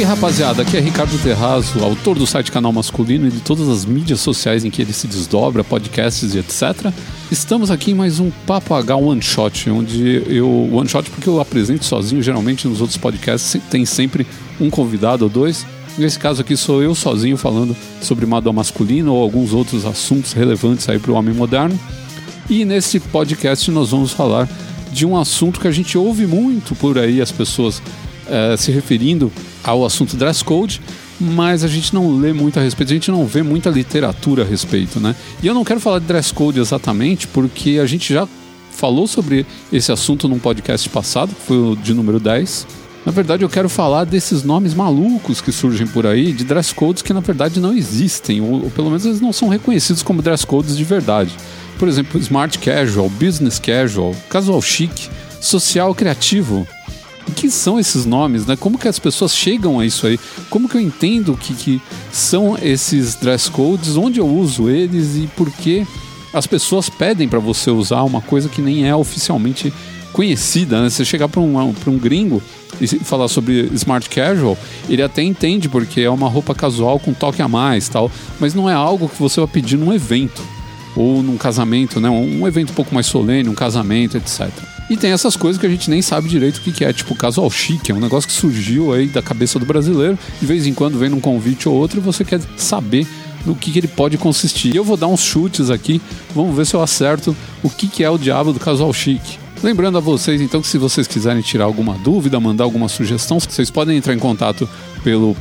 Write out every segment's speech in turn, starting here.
Rapaziada, aqui é Ricardo Terrazzo, autor do site Canal Masculino e de todas as mídias sociais em que ele se desdobra, podcasts e etc. Estamos aqui em mais um Papo H One Shot, One Shot porque eu apresento sozinho, geralmente nos outros podcasts tem sempre um convidado ou dois. Nesse caso aqui sou eu sozinho falando sobre moda masculino ou alguns outros assuntos relevantes aí para o homem moderno. E nesse podcast nós vamos falar de um assunto que a gente ouve muito por aí, as pessoas se referindo ao assunto dress code, mas a gente não lê muito a respeito, a gente não vê muita literatura a respeito, né? E eu não quero falar de dress code exatamente, porque a gente já falou sobre esse assunto num podcast passado, que foi o de número 10. Na verdade, eu quero falar desses nomes malucos que surgem por aí, de dress codes que na verdade não existem, ou pelo menos eles não são reconhecidos como dress codes de verdade. Por exemplo, smart casual, business casual, casual chic, social criativo. O que são esses nomes, né? Como que as pessoas chegam a isso aí? Como que eu entendo que são esses dress codes? Onde eu uso eles e por que as pessoas pedem para você usar uma coisa que nem é oficialmente conhecida, né? Você chegar para um gringo e falar sobre smart casual, ele até entende porque é uma roupa casual com toque a mais, tal, mas não é algo que você vai pedir num evento ou num casamento, né? Um evento um pouco mais solene, um casamento, etc. E tem essas coisas que a gente nem sabe direito o que é, tipo casual chic, é um negócio que surgiu aí da cabeça do brasileiro, de vez em quando vem num convite ou outro e você quer saber no que ele pode consistir. E eu vou dar uns chutes aqui, vamos ver se eu acerto o que é o diabo do casual chic. Lembrando a vocês, então, que se vocês quiserem tirar alguma dúvida, mandar alguma sugestão, vocês podem entrar em contato pelo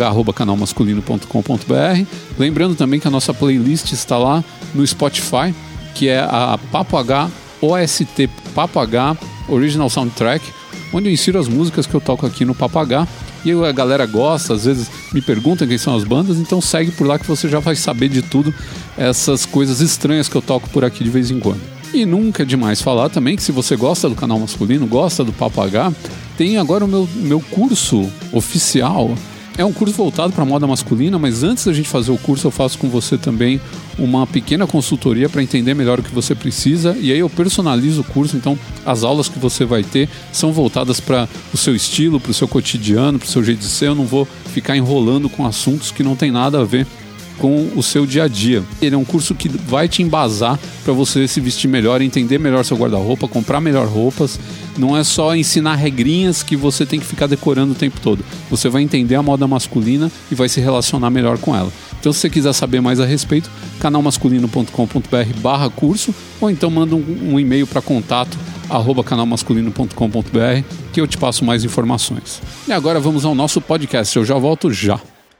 papoh@canalmasculino.com.br. Lembrando também que a nossa playlist está lá no Spotify, que é a Papo H OST Papo H Original Soundtrack, onde eu insiro as músicas que eu toco aqui no Papo H. E a galera gosta, às vezes me perguntam quem são as bandas, então segue por lá que você já vai saber de tudo, essas coisas estranhas que eu toco por aqui de vez em quando. E nunca é demais falar também que se você gosta do Canal Masculino, gosta do Papo H, tem agora o meu curso oficial. É um curso voltado para moda masculina, mas antes da gente fazer o curso eu faço com você também uma pequena consultoria para entender melhor o que você precisa, e aí eu personalizo o curso. Então as aulas que você vai ter são voltadas para o seu estilo, para o seu cotidiano, para o seu jeito de ser. Eu não vou ficar enrolando com assuntos que não tem nada a ver com o seu dia a dia. Ele é um curso que vai te embasar para você se vestir melhor, entender melhor seu guarda-roupa, comprar melhor roupas. Não é só ensinar regrinhas que você tem que ficar decorando o tempo todo. Você vai entender a moda masculina e vai se relacionar melhor com ela. Então, se você quiser saber mais a respeito, canalmasculino.com.br/curso, ou então manda um e-mail para contato@canalmasculino.com.br que eu te passo mais informações. E agora vamos ao nosso podcast. Eu já volto já.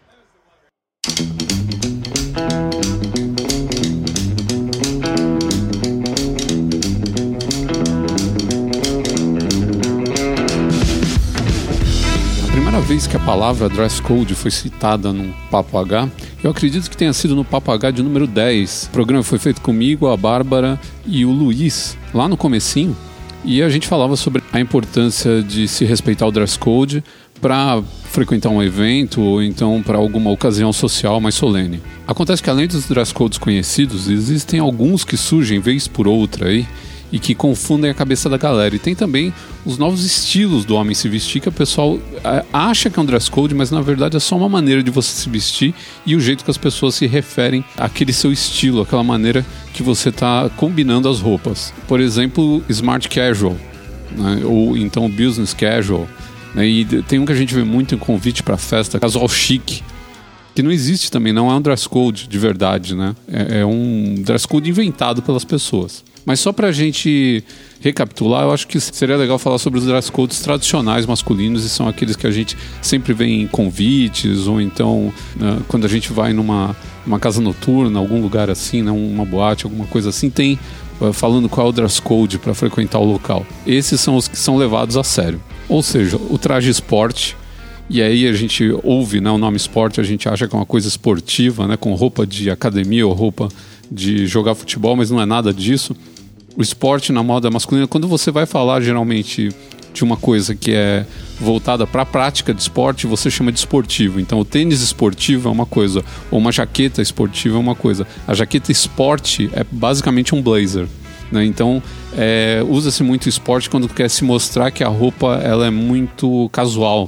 A primeira vez que a palavra dress code foi citada no Papo H, eu acredito que tenha sido no Papo H de número 10. O programa foi feito comigo, a Bárbara e o Luiz, lá no comecinho, e a gente falava sobre a importância de se respeitar o dress code para frequentar um evento ou então para alguma ocasião social mais solene. Acontece que além dos dress codes conhecidos, existem alguns que surgem vez por outra aí e que confundem a cabeça da galera. E tem também os novos estilos do homem se vestir, que o pessoal acha que é um dress code, mas na verdade é só uma maneira de você se vestir e o jeito que as pessoas se referem àquele seu estilo, aquela maneira que você está combinando as roupas. Por exemplo, smart casual, né? Ou então business casual. E tem um que a gente vê muito em convite para festa, casual chic, que não existe também, não é um dress code de verdade, né? É um dress code inventado pelas pessoas. Mas só pra gente recapitular, eu acho que seria legal falar sobre os dress codes tradicionais masculinos, e são aqueles que a gente sempre vê em convites, ou então quando a gente vai numa casa noturna, algum lugar assim, né, uma boate, alguma coisa assim, tem falando qual é o dress code para frequentar o local. Esses são os que são levados a sério. Ou seja, o traje esporte, e aí a gente ouve, né, o nome esporte, a gente acha que é uma coisa esportiva, né, com roupa de academia ou roupa de jogar futebol, mas não é nada disso. O esporte na moda masculina, quando você vai falar geralmente de uma coisa que é voltada para a prática de esporte, você chama de esportivo. Então o tênis esportivo é uma coisa, ou uma jaqueta esportiva é uma coisa. A jaqueta esporte é basicamente um blazer, né? Então usa-se muito esporte quando quer se mostrar que a roupa ela é muito casual.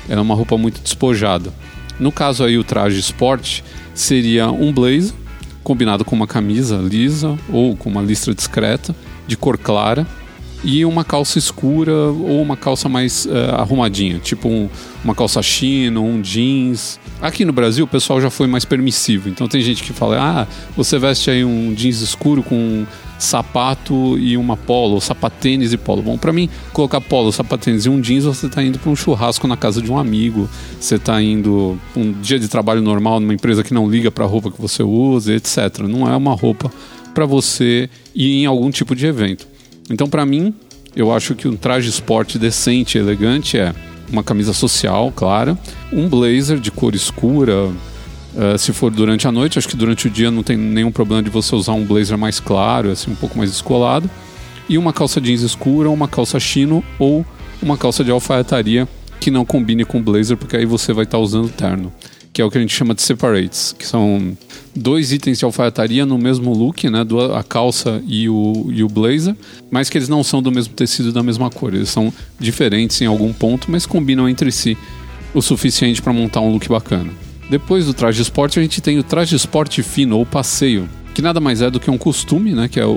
Ela é uma roupa muito despojada. No caso aí, o traje esporte seria um blazer combinado com uma camisa lisa ou com uma listra discreta, de cor clara, e uma calça escura ou uma calça mais arrumadinha, tipo uma calça chino, um jeans. Aqui no Brasil o pessoal já foi mais permissivo, então tem gente que fala, você veste aí um jeans escuro com sapato e uma polo, ou sapatênis e polo. Bom, pra mim, colocar polo, sapatênis e um jeans, você tá indo pra um churrasco na casa de um amigo, você tá indo um dia de trabalho normal numa empresa que não liga pra roupa que você usa, etc. Não é uma roupa pra você ir em algum tipo de evento. Então, pra mim, eu acho que um traje esporte decente e elegante é uma camisa social, clara, um blazer de cor escura. Se for durante a noite, acho que durante o dia não tem nenhum problema de você usar um blazer mais claro, assim, um pouco mais descolado, e uma calça jeans escura, uma calça chino ou uma calça de alfaiataria que não combine com blazer, porque aí você vai estar usando terno, que é o que a gente chama de separates, que são 2 itens de alfaiataria no mesmo look, né, a calça e o blazer, mas que eles não são do mesmo tecido e da mesma cor, eles são diferentes em algum ponto, mas combinam entre si o suficiente para montar um look bacana. Depois do traje de esporte, a gente tem o traje de esporte fino ou passeio, que nada mais é do que um costume, né, que é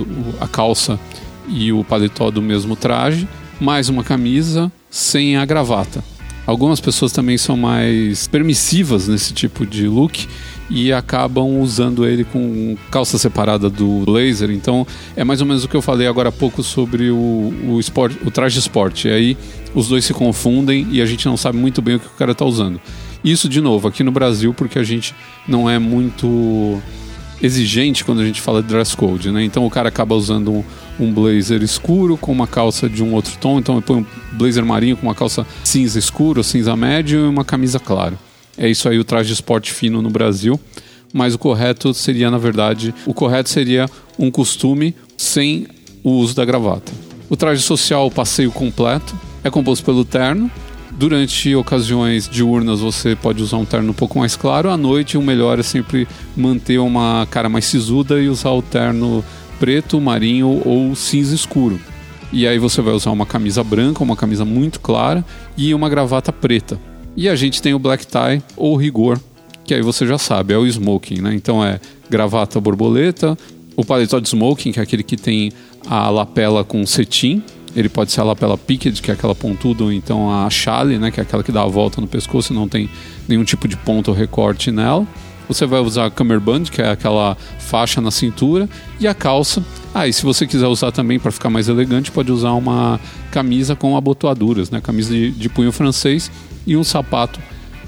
a calça e o paletó do mesmo traje, mais uma camisa sem a gravata. Algumas pessoas também são mais permissivas nesse tipo de look e acabam usando ele com calça separada do blazer. Então é mais ou menos o que eu falei agora há pouco sobre o traje de esporte. E aí os dois se confundem e a gente não sabe muito bem o que o cara está usando. Isso, de novo, aqui no Brasil, porque a gente não é muito exigente quando a gente fala de dress code, né? Então o cara acaba usando um blazer escuro com uma calça de um outro tom, então ele põe um blazer marinho com uma calça cinza escuro, cinza médio e uma camisa clara. É isso aí o traje de esporte fino no Brasil, mas o correto seria, na verdade, um costume sem o uso da gravata. O traje social, o passeio completo, é composto pelo terno. Durante ocasiões diurnas você pode usar um terno um pouco mais claro. À noite o melhor é sempre manter uma cara mais sisuda e usar o terno preto, marinho ou cinza escuro. E aí você vai usar uma camisa branca, uma camisa muito clara e uma gravata preta. E a gente tem o black tie ou rigor, que aí você já sabe, é o smoking, né? Então é gravata borboleta, o paletó de smoking, que é aquele que tem a lapela com cetim. Ele pode ser a lapela piqued, que é aquela pontuda, ou então a chale, né, que é aquela que dá a volta no pescoço e não tem nenhum tipo de ponta ou recorte nela. Você vai usar a cummerbund, que é aquela faixa na cintura, e a calça. E se você quiser usar também para ficar mais elegante, pode usar uma camisa com abotoaduras, né, camisa de punho francês e um sapato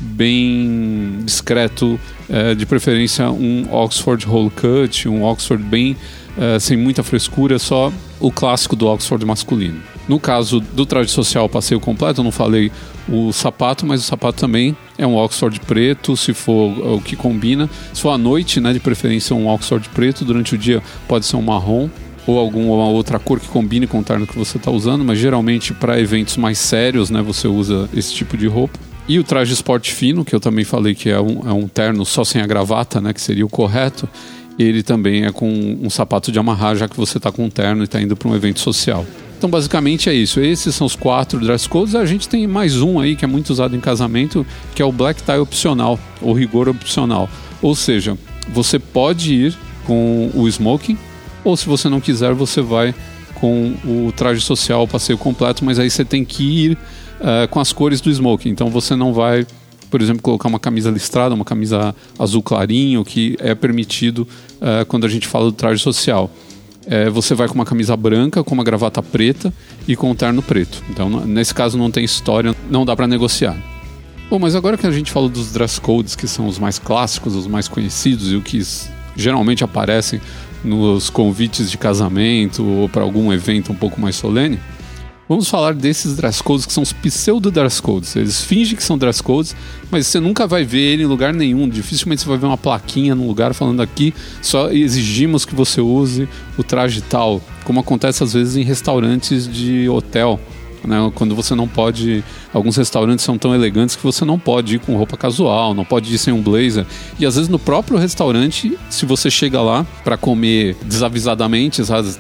bem discreto, de preferência um Oxford Roll Cut, um Oxford bem sem muita frescura, só o clássico do Oxford masculino. No caso do traje social passeio completo, eu não falei o sapato, mas o sapato também é um Oxford preto, se for o que combina. Se for à noite, né, de preferência um Oxford preto, durante o dia pode ser um marrom ou alguma outra cor que combine com o terno que você está usando, mas geralmente para eventos mais sérios, né, você usa esse tipo de roupa. E o traje esporte fino, que eu também falei que é um terno só sem a gravata, né, que seria o correto, ele também é com um sapato de amarrar, já que você está com um terno e está indo para um evento social. Então, basicamente é isso. Esses são os 4 dress codes. A gente tem mais um aí que é muito usado em casamento, que é o black tie opcional, ou rigor opcional. Ou seja, você pode ir com o smoking, ou se você não quiser, você vai com o traje social, o passeio completo, mas aí você tem que ir com as cores do smoking. Então, você não vai, por exemplo, colocar uma camisa listrada, uma camisa azul clarinho, que é permitido quando a gente fala do traje social. Você vai com uma camisa branca, com uma gravata preta e com um terno preto. Então, nesse caso, não tem história, não dá para negociar. Bom, mas agora que a gente falou dos dress codes, que são os mais clássicos, os mais conhecidos e o que geralmente aparecem nos convites de casamento ou para algum evento um pouco mais solene, vamos falar desses dress codes que são os pseudo-dress codes. Eles fingem que são dress codes, mas você nunca vai ver ele em lugar nenhum. Dificilmente você vai ver uma plaquinha num lugar falando aqui, só exigimos que você use o traje tal, como acontece às vezes em restaurantes de hotel. né? Quando você não pode... Alguns restaurantes são tão elegantes que você não pode ir com roupa casual, não pode ir sem um blazer. E às vezes no próprio restaurante, se você chega lá para comer desavisadamente, sabe?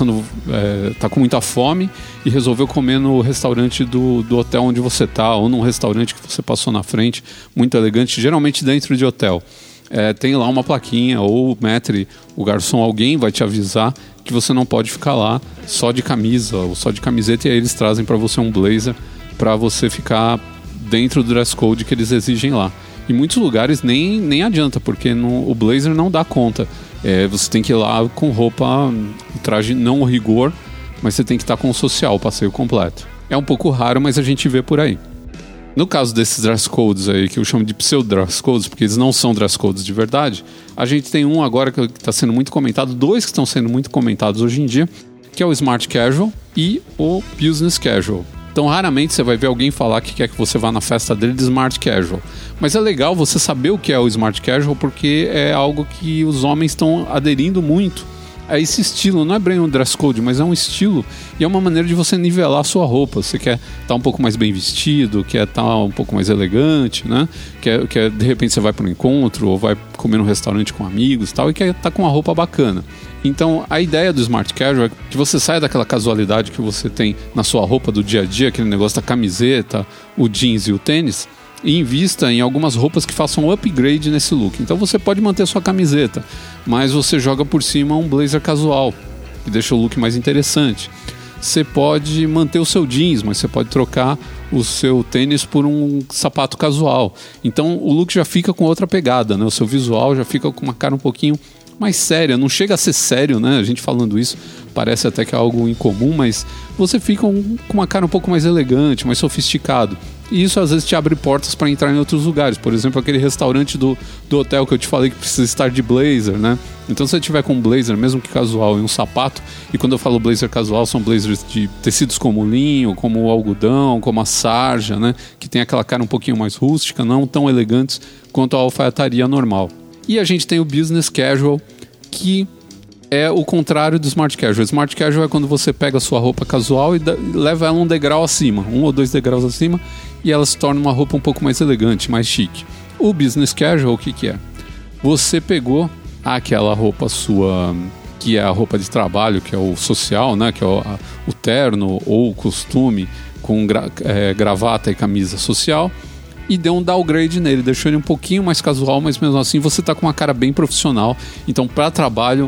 Tá com muita fome e resolveu comer no restaurante do hotel onde você tá, ou num restaurante que você passou na frente, muito elegante, geralmente dentro de hotel. Tem lá uma plaquinha, ou o maître, o garçom, alguém vai te avisar que você não pode ficar lá só de camisa ou só de camiseta, e aí eles trazem para você um blazer para você ficar dentro do dress code que eles exigem lá. Em muitos lugares nem adianta, porque o blazer não dá conta. Você tem que ir lá com roupa, traje não o rigor, mas você tem que estar com o social, o passeio completo. É um pouco raro, mas a gente vê por aí. No caso desses dress codes aí, que eu chamo de pseudo-dress codes, porque eles não são dress codes de verdade, a gente tem um agora que está sendo muito comentado, dois que estão sendo muito comentados hoje em dia, que é o Smart Casual e o Business Casual. Então, raramente você vai ver alguém falar que quer que você vá na festa dele de Smart Casual. Mas é legal você saber o que é o Smart Casual, porque é algo que os homens estão aderindo muito a esse estilo. Não é bem um dress code, mas é um estilo e é uma maneira de você nivelar a sua roupa. Você quer estar um pouco mais bem vestido, quer estar um pouco mais elegante, né? Quer de repente você vai para um encontro ou vai comer num restaurante com amigos e tal, e quer estar com uma roupa bacana. Então a ideia do Smart Casual é que você saia daquela casualidade que você tem na sua roupa do dia a dia, aquele negócio da camiseta, o jeans e o tênis, e invista em algumas roupas que façam upgrade nesse look. Então você pode manter sua camiseta, mas você joga por cima um blazer casual, que deixa o look mais interessante. Você pode manter o seu jeans, mas você pode trocar o seu tênis por um sapato casual. Então o look já fica com outra pegada, né? O seu visual já fica com uma cara um pouquinho mais séria. Não chega a ser sério, né? A gente falando isso parece até que é algo incomum, mas você fica com uma cara um pouco mais elegante, mais sofisticado. E isso às vezes te abre portas para entrar em outros lugares. Por exemplo, aquele restaurante do hotel que eu te falei que precisa estar de blazer, né? Então se você tiver com um blazer, mesmo que casual, e um sapato, e quando eu falo blazer casual, são blazers de tecidos como o linho, como o algodão, como a sarja, né? Que tem aquela cara um pouquinho mais rústica, não tão elegantes quanto a alfaiataria normal. E a gente tem o Business Casual, que é o contrário do Smart Casual. Smart Casual é quando você pega a sua roupa casual e leva ela um degrau acima, 1 ou 2 degraus acima, e ela se torna uma roupa um pouco mais elegante, mais chique. O Business Casual, o que é? Você pegou aquela roupa sua, que é a roupa de trabalho, que é o social, né? Que é o terno ou o costume com gravata e camisa social, e deu um downgrade nele, deixou ele um pouquinho mais casual, mas mesmo assim você tá com uma cara bem profissional. Então, para trabalho,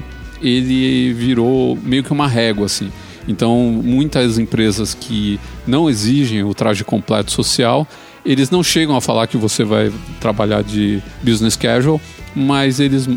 ele virou meio que uma régua, assim. Então, muitas empresas que não exigem o traje completo social, eles não chegam a falar que você vai trabalhar de business casual, mas eles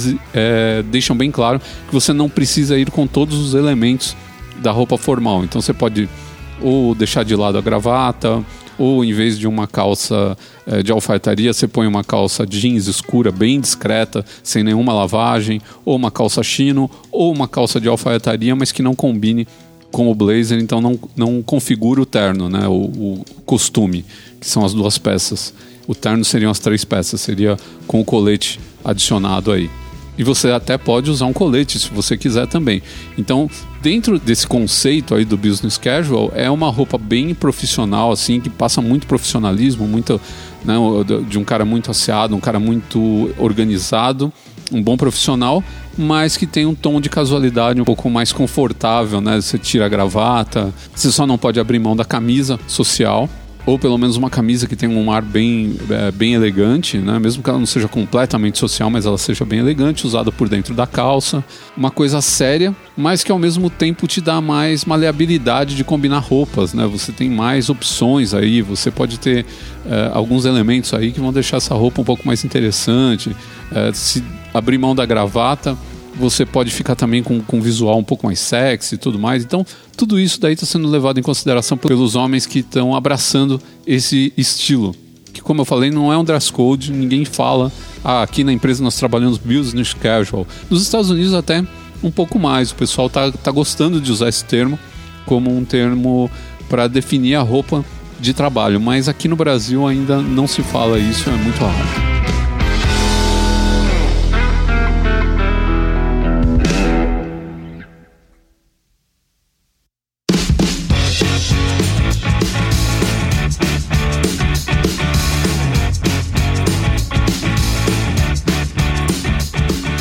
deixam bem claro que você não precisa ir com todos os elementos da roupa formal. Então, você pode ou deixar de lado a gravata, ou em vez de uma calça de alfaiataria, você põe uma calça jeans escura, bem discreta, sem nenhuma lavagem, ou uma calça chino, ou uma calça de alfaiataria, mas que não combine com o blazer, então não configura o terno, né? O costume, que são as 2 peças. O terno seriam as 3 peças, seria com o colete adicionado aí. E você até pode usar um colete se você quiser também. Então, dentro desse conceito aí do business casual, é uma roupa bem profissional, assim, que passa muito profissionalismo, muito, né, de um cara muito asseado, um cara muito organizado, um bom profissional, mas que tem um tom de casualidade um pouco mais confortável, né? Você tira a gravata, você só não pode abrir mão da camisa social, ou pelo menos uma camisa que tenha um ar bem elegante, né? Mesmo que ela não seja completamente social, mas ela seja bem elegante, usada por dentro da calça. Uma coisa séria, mas que ao mesmo tempo te dá mais maleabilidade de combinar roupas, né? Você tem mais opções aí, você pode ter alguns elementos aí que vão deixar essa roupa um pouco mais interessante. Se abrir mão da gravata, você pode ficar também com um visual um pouco mais sexy e tudo mais. Então, tudo isso daí está sendo levado em consideração pelos homens que estão abraçando esse estilo. Que, como eu falei, não é um dress code, ninguém fala, aqui na empresa nós trabalhamos business casual. Nos Estados Unidos até um pouco mais, o pessoal tá gostando de usar esse termo como um termo para definir a roupa de trabalho. Mas aqui no Brasil ainda não se fala isso, é muito raro.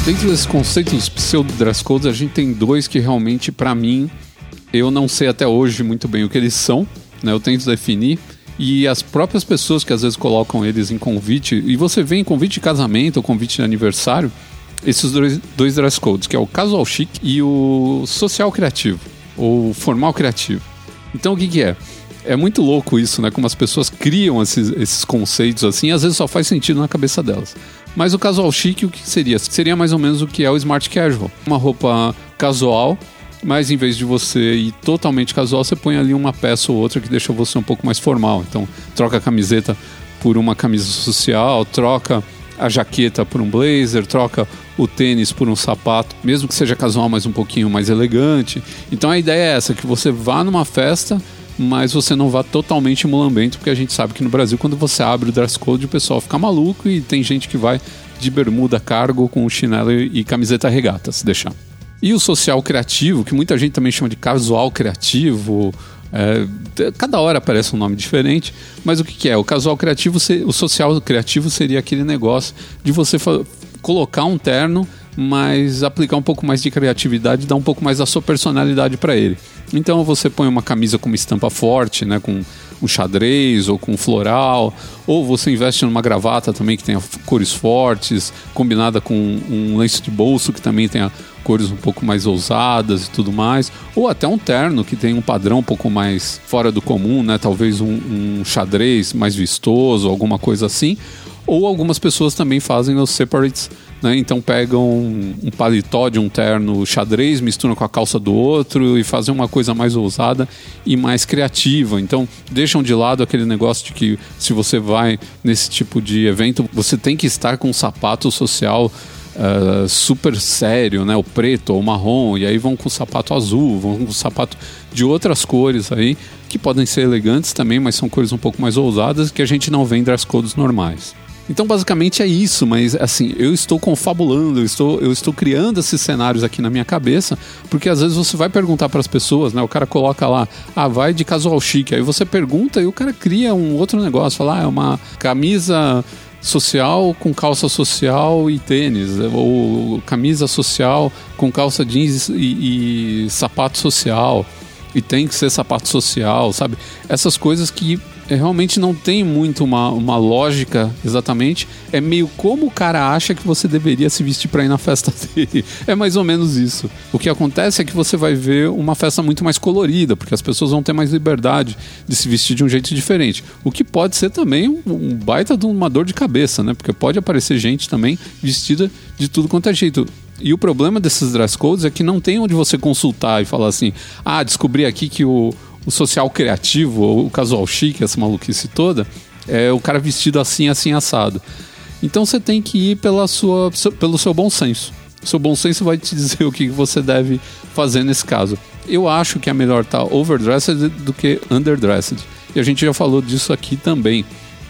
Dentro desse conceito dos pseudo-dress codes, a gente tem dois que realmente, pra mim, eu não sei até hoje muito bem o que eles são, né? Eu tento definir. E as próprias pessoas que às vezes colocam eles em convite, e você vê em convite de casamento ou convite de aniversário, esses dois dress codes, que é o casual chic e o social criativo, ou formal criativo. Então o que é? É muito louco isso, né? Como as pessoas criam esses conceitos assim, às vezes só faz sentido na cabeça delas. Mas o casual chic, o que seria? Seria mais ou menos o que é o smart casual. Uma roupa casual, mas em vez de você ir totalmente casual, você põe ali uma peça ou outra que deixa você um pouco mais formal. Então, troca a camiseta por uma camisa social, troca a jaqueta por um blazer, troca o tênis por um sapato, mesmo que seja casual, mas um pouquinho mais elegante. Então a ideia é essa, que você vá numa festa, mas você não vá totalmente mulambento, porque a gente sabe que no Brasil, quando você abre o dress code, o pessoal fica maluco e tem gente que vai de bermuda cargo com chinelo e camiseta regata, se deixar. E o social criativo, que muita gente também chama de casual criativo, cada hora aparece um nome diferente, mas o que é? O casual criativo, o social criativo seria aquele negócio de você colocar um terno, mas aplicar um pouco mais de criatividade, dar um pouco mais da sua personalidade para ele. Então você põe uma camisa com uma estampa forte, né, com um xadrez ou com floral, ou você investe numa gravata também que tenha cores fortes, combinada com um lenço de bolso que também tenha cores um pouco mais ousadas e tudo mais, ou até um terno que tem um padrão um pouco mais fora do comum, né, talvez um xadrez mais vistoso, alguma coisa assim. Ou algumas pessoas também fazem os separates, né? Então pegam um paletó de um terno xadrez, misturam com a calça do outro e fazem uma coisa mais ousada e mais criativa. Então deixam de lado aquele negócio de que se você vai nesse tipo de evento, você tem que estar com um sapato social super sério, né? O preto ou o marrom, e aí vão com o sapato azul, vão com o sapato de outras cores aí, que podem ser elegantes também, mas são cores um pouco mais ousadas que a gente não vê em dress codes normais. Então basicamente é isso, mas assim, eu estou confabulando, eu estou criando esses cenários aqui na minha cabeça, porque às vezes você vai perguntar para as pessoas, né? O cara coloca lá, vai de casual chic, aí você pergunta e o cara cria um outro negócio, fala, é uma camisa social com calça social e tênis, ou camisa social com calça jeans e sapato social, e tem que ser sapato social, sabe? Essas coisas que realmente não tem muito uma lógica exatamente. É meio como o cara acha que você deveria se vestir para ir na festa dele. É mais ou menos isso. O que acontece é que você vai ver uma festa muito mais colorida, porque as pessoas vão ter mais liberdade de se vestir de um jeito diferente. O que pode ser também um baita de uma dor de cabeça, né? Porque pode aparecer gente também vestida de tudo quanto é jeito. E o problema desses dress codes é que não tem onde você consultar e falar assim, descobri aqui que o social criativo, ou o casual chic, essa maluquice toda, é o cara vestido assim, assim, assado. Então você tem que ir pelo seu bom senso. O seu bom senso vai te dizer o que você deve fazer nesse caso. Eu acho que é melhor estar overdressed do que underdressed. E a gente já falou disso aqui também.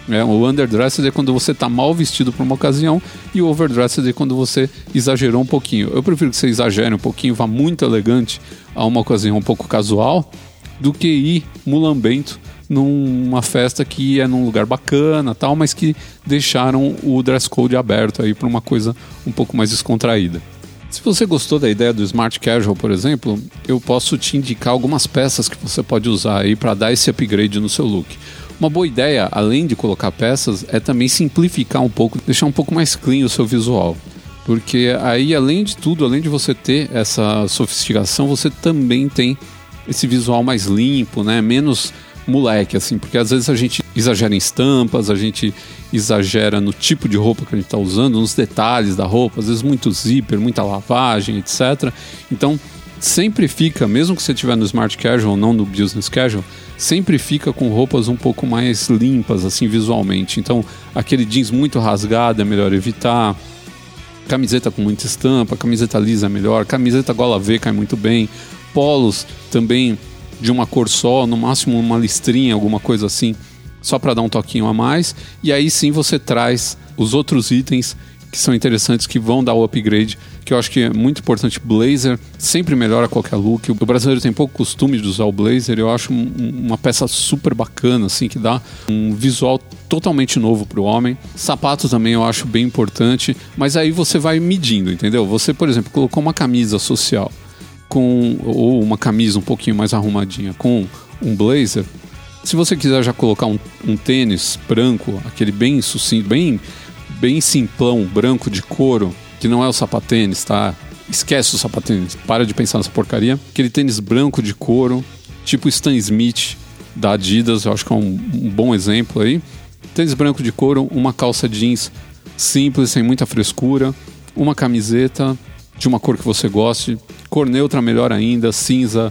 O underdressed é quando você está mal vestido para uma ocasião, e o overdressed é quando você exagerou um pouquinho. Eu prefiro que você exagere um pouquinho, vá muito elegante a uma ocasião um pouco casual, do que ir mulambento numa festa que é num lugar bacana, tal, mas que deixaram o dress code aberto aí para uma coisa um pouco mais descontraída. Se você gostou da ideia do Smart Casual, por exemplo, eu posso te indicar algumas peças que você pode usar aí para dar esse upgrade no seu look. Uma boa ideia, além de colocar peças, é também simplificar um pouco, deixar um pouco mais clean o seu visual. Porque aí, além de tudo, além de você ter essa sofisticação, você também tem esse visual mais limpo, né? Menos moleque, assim, porque às vezes a gente exagera em estampas, a gente exagera no tipo de roupa que a gente está usando, nos detalhes da roupa, às vezes muito zíper, muita lavagem, etc. Então, sempre fica, mesmo que você estiver no Smart Casual, não no Business Casual, sempre fica com roupas um pouco mais limpas, assim, visualmente. Então, aquele jeans muito rasgado é melhor evitar, camiseta com muita estampa, camiseta lisa é melhor, camiseta gola V cai muito bem, polos também de uma cor só, no máximo uma listrinha, alguma coisa assim, só para dar um toquinho a mais. E aí sim você traz os outros itens que são interessantes, que vão dar o upgrade, que eu acho que é muito importante. Blazer sempre melhora qualquer look. O brasileiro tem pouco costume de usar o blazer. Eu acho uma peça super bacana, assim, que dá um visual totalmente novo pro homem. Sapato também eu acho bem importante, mas aí você vai medindo, entendeu? Você, por exemplo, colocou uma camisa social ou uma camisa um pouquinho mais arrumadinha com um blazer. Se você quiser já colocar um tênis branco, aquele bem sucinto, bem simplão, branco de couro, que não é o sapatênis, tá? Esquece o sapatênis, para de pensar nessa porcaria. Aquele tênis branco de couro, tipo Stan Smith da Adidas, eu acho que é um bom exemplo aí. Tênis branco de couro, uma calça jeans simples, sem muita frescura, uma camiseta de uma cor que você goste, cor neutra melhor ainda, cinza,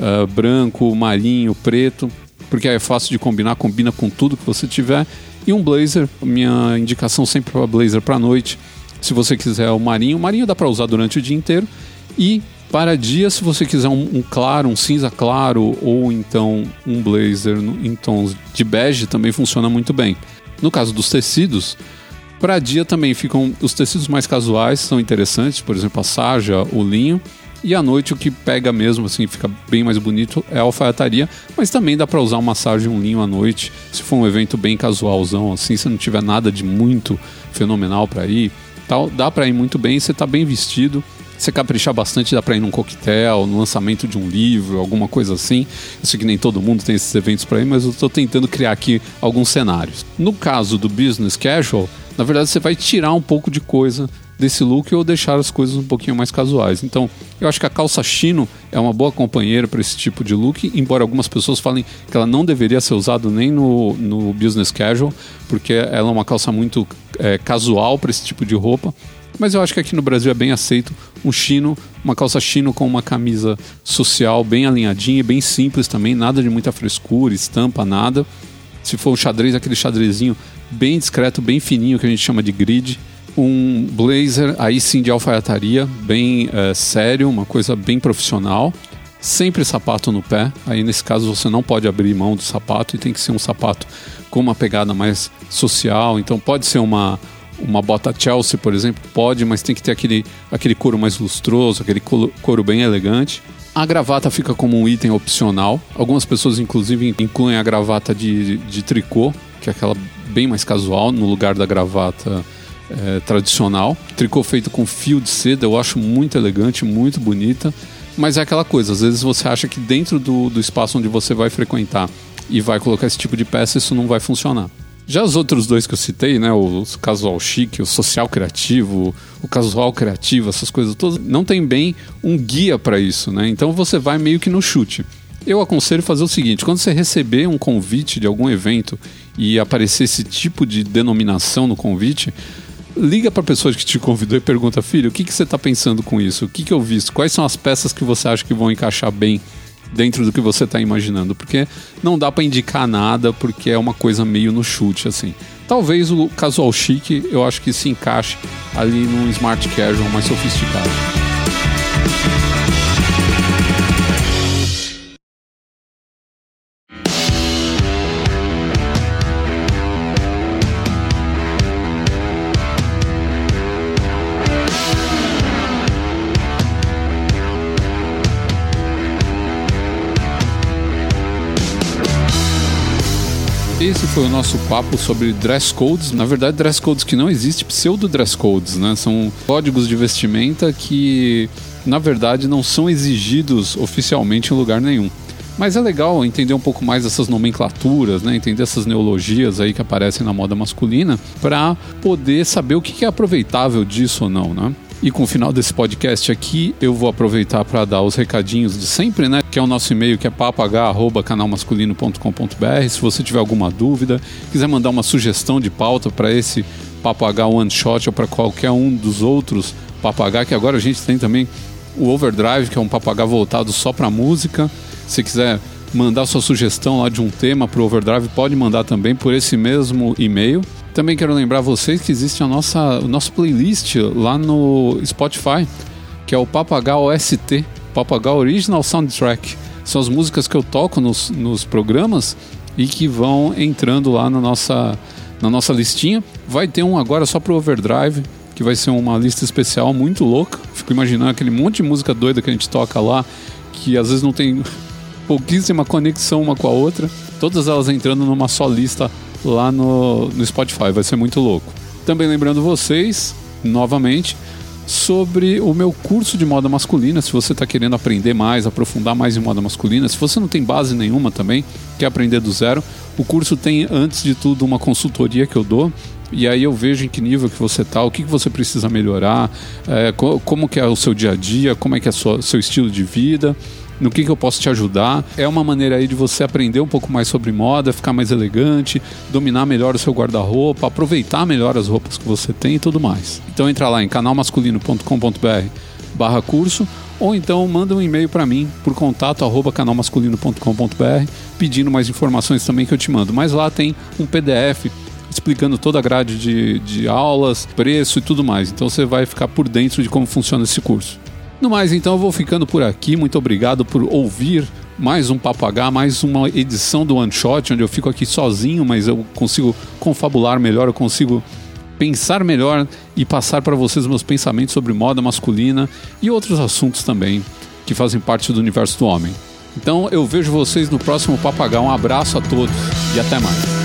branco, marinho, preto, porque aí é fácil de combinar, combina com tudo que você tiver. E um blazer, minha indicação sempre para blazer para noite. Se você quiser o marinho dá para usar durante o dia inteiro. E para dia, se você quiser um claro, um cinza claro, ou então um blazer em tons de bege, também funciona muito bem. No caso dos tecidos, para dia também ficam os tecidos mais casuais, são interessantes, por exemplo a sarja, o linho. E à noite o que pega mesmo, assim, fica bem mais bonito é a alfaiataria, mas também dá para usar uma sarja e um linho à noite, se for um evento bem casualzão, assim, se não tiver nada de muito fenomenal para ir, tal, dá para ir muito bem, você tá bem vestido. Se caprichar bastante, dá para ir num coquetel, no lançamento de um livro, alguma coisa assim. Eu sei que nem todo mundo tem esses eventos para ir, mas eu estou tentando criar aqui alguns cenários. No caso do business casual, na verdade você vai tirar um pouco de coisa desse look ou deixar as coisas um pouquinho mais casuais. Então, eu acho que a calça chino é uma boa companheira para esse tipo de look, embora algumas pessoas falem que ela não deveria ser usada nem no business casual, porque ela é uma calça muito casual para esse tipo de roupa. Mas eu acho que aqui no Brasil é bem aceito um chino, uma calça chino com uma camisa social bem alinhadinha, bem simples também, nada de muita frescura, estampa, nada. Se for um xadrez, aquele xadrezinho bem discreto, bem fininho, que a gente chama de grid. Um blazer, aí sim de alfaiataria, bem sério, uma coisa bem profissional. Sempre sapato no pé, aí nesse caso você não pode abrir mão do sapato e tem que ser um sapato com uma pegada mais social. Então pode ser uma bota Chelsea, por exemplo, pode, mas tem que ter aquele couro mais lustroso, aquele couro bem elegante. A gravata fica como um item opcional. Algumas pessoas inclusive incluem a gravata de tricô, que é aquela bem mais casual, no lugar da gravata tradicional. Tricô feito com fio de seda, eu acho muito elegante, muito bonita, mas é aquela coisa, às vezes você acha que dentro do espaço onde você vai frequentar e vai colocar esse tipo de peça, isso não vai funcionar. Já os outros dois que eu citei, né, o casual chique, o social criativo, o casual criativo, essas coisas todas, não tem bem um guia para isso, né? Então você vai meio que no chute. Eu aconselho fazer o seguinte: quando você receber um convite de algum evento e aparecer esse tipo de denominação no convite, liga para a pessoa que te convidou e pergunta: filho, o que você está pensando com isso? O que eu visto? Quais são as peças que você acha que vão encaixar bem dentro do que você está imaginando? Porque não dá para indicar nada, porque é uma coisa meio no chute, assim. Talvez o casual chique, eu acho que se encaixe ali num smart casual mais sofisticado. Esse foi o nosso papo sobre dress codes. Na verdade, dress codes que não existem, pseudo dress codes, né? São códigos de vestimenta que, na verdade, não são exigidos oficialmente em lugar nenhum. Mas é legal entender um pouco mais dessas nomenclaturas, né? Entender essas neologias aí que aparecem na moda masculina, para poder saber o que é aproveitável disso ou não, né? E com o final desse podcast aqui, eu vou aproveitar para dar os recadinhos de sempre, né? Que é o nosso e-mail, que é papoh@canalmasculino.com.br. Se você tiver alguma dúvida, quiser mandar uma sugestão de pauta para esse Papo H One Shot ou para qualquer um dos outros Papo H, que agora a gente tem também o Overdrive, que é um Papo H voltado só para música. Se quiser mandar sua sugestão lá de um tema para o Overdrive, pode mandar também por esse mesmo e-mail. Também quero lembrar vocês que existe o nosso playlist lá no Spotify, que é o Papo H OST, Papo H Original Soundtrack. São as músicas que eu toco nos programas e que vão entrando lá na nossa listinha. Vai ter um agora só para o Overdrive, que vai ser uma lista especial muito louca. Fico imaginando aquele monte de música doida que a gente toca lá, que às vezes não tem pouquíssima conexão uma com a outra. Todas elas entrando numa só lista lá no Spotify. Vai ser muito louco. Também lembrando vocês, novamente, sobre o meu curso de moda masculina. Se você está querendo aprender mais, aprofundar mais em moda masculina, se você não tem base nenhuma também, quer aprender do zero, o curso tem, antes de tudo, uma consultoria que eu dou, e aí eu vejo em que nível que você está, o que você precisa melhorar, como que é o seu dia a dia, como é que é o seu estilo de vida, no que eu posso te ajudar. É uma maneira aí de você aprender um pouco mais sobre moda, ficar mais elegante, dominar melhor o seu guarda-roupa, aproveitar melhor as roupas que você tem e tudo mais. Então entra lá em canalmasculino.com.br/curso, ou então manda um e-mail para mim por contato@canalmasculino.com.br pedindo mais informações também que eu te mando. Mas lá tem um PDF explicando toda a grade de aulas, preço e tudo mais. Então você vai ficar por dentro de como funciona esse curso. No mais, então, eu vou ficando por aqui. Muito obrigado por ouvir mais um Papo H, mais uma edição do One Shot, onde eu fico aqui sozinho, mas eu consigo confabular melhor, eu consigo pensar melhor e passar para vocês meus pensamentos sobre moda masculina e outros assuntos também que fazem parte do universo do homem. Então, eu vejo vocês no próximo Papo H. Um abraço a todos e até mais.